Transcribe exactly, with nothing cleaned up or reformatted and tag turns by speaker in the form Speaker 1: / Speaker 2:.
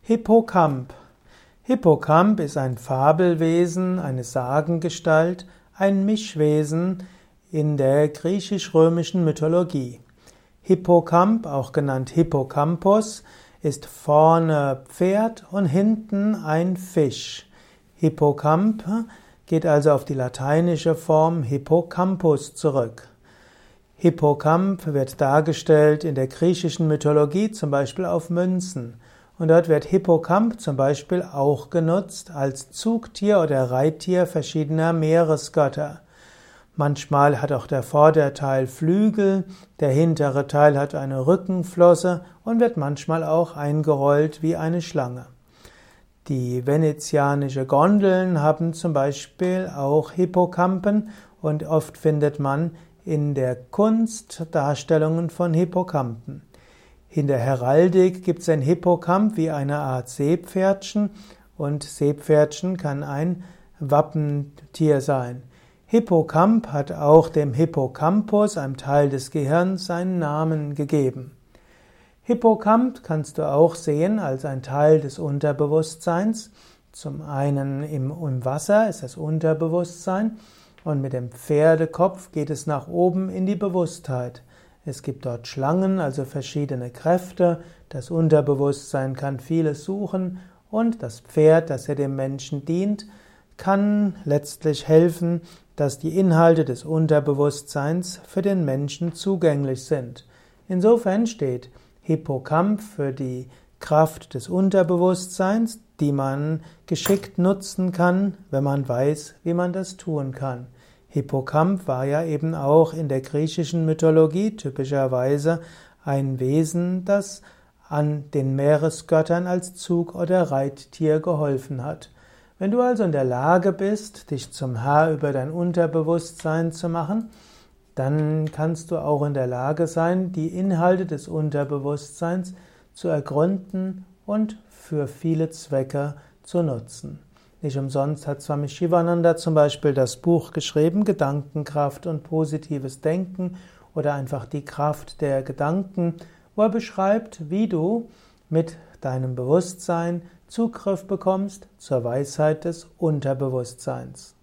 Speaker 1: Hippocamp. Hippocamp ist ein Fabelwesen, eine Sagengestalt, ein Mischwesen in der griechisch-römischen Mythologie. Hippocamp, auch genannt Hippocampus, ist vorne Pferd und hinten ein Fisch. Hippocamp geht also auf die lateinische Form Hippocampus zurück. Hippocamp wird dargestellt in der griechischen Mythologie, zum Beispiel auf Münzen. Und dort wird Hippocamp zum Beispiel auch genutzt als Zugtier oder Reittier verschiedener Meeresgötter. Manchmal hat auch der Vorderteil Flügel, der hintere Teil hat eine Rückenflosse und wird manchmal auch eingerollt wie eine Schlange. Die venezianische Gondeln haben zum Beispiel auch Hippocampen und oft findet man in der Kunst Darstellungen von Hippocampen. In der Heraldik gibt es ein Hippocamp wie eine Art Seepferdchen und Seepferdchen kann ein Wappentier sein. Hippocamp hat auch dem Hippocampus, einem Teil des Gehirns, seinen Namen gegeben. Hippocamp kannst du auch sehen als ein Teil des Unterbewusstseins. Zum einen im, im Wasser ist das Unterbewusstsein und mit dem Pferdekopf geht es nach oben in die Bewusstheit. Es gibt dort Schlangen, also verschiedene Kräfte. Das Unterbewusstsein kann vieles suchen und das Pferd, das ja dem Menschen dient, kann letztlich helfen, dass die Inhalte des Unterbewusstseins für den Menschen zugänglich sind. Insofern steht Hippocamp für die Kraft des Unterbewusstseins, die man geschickt nutzen kann, wenn man weiß, wie man das tun kann. Hippocamp war ja eben auch in der griechischen Mythologie typischerweise ein Wesen, das an den Meeresgöttern als Zug- oder Reittier geholfen hat. Wenn du also in der Lage bist, dich zum Herr über dein Unterbewusstsein zu machen, dann kannst du auch in der Lage sein, die Inhalte des Unterbewusstseins zu ergründen und für viele Zwecke zu nutzen. Nicht umsonst hat Swami Shivananda zum Beispiel das Buch geschrieben, Gedankenkraft und positives Denken oder einfach die Kraft der Gedanken, wo er beschreibt, wie du mit deinem Bewusstsein Zugriff bekommst zur Weisheit des Unterbewusstseins.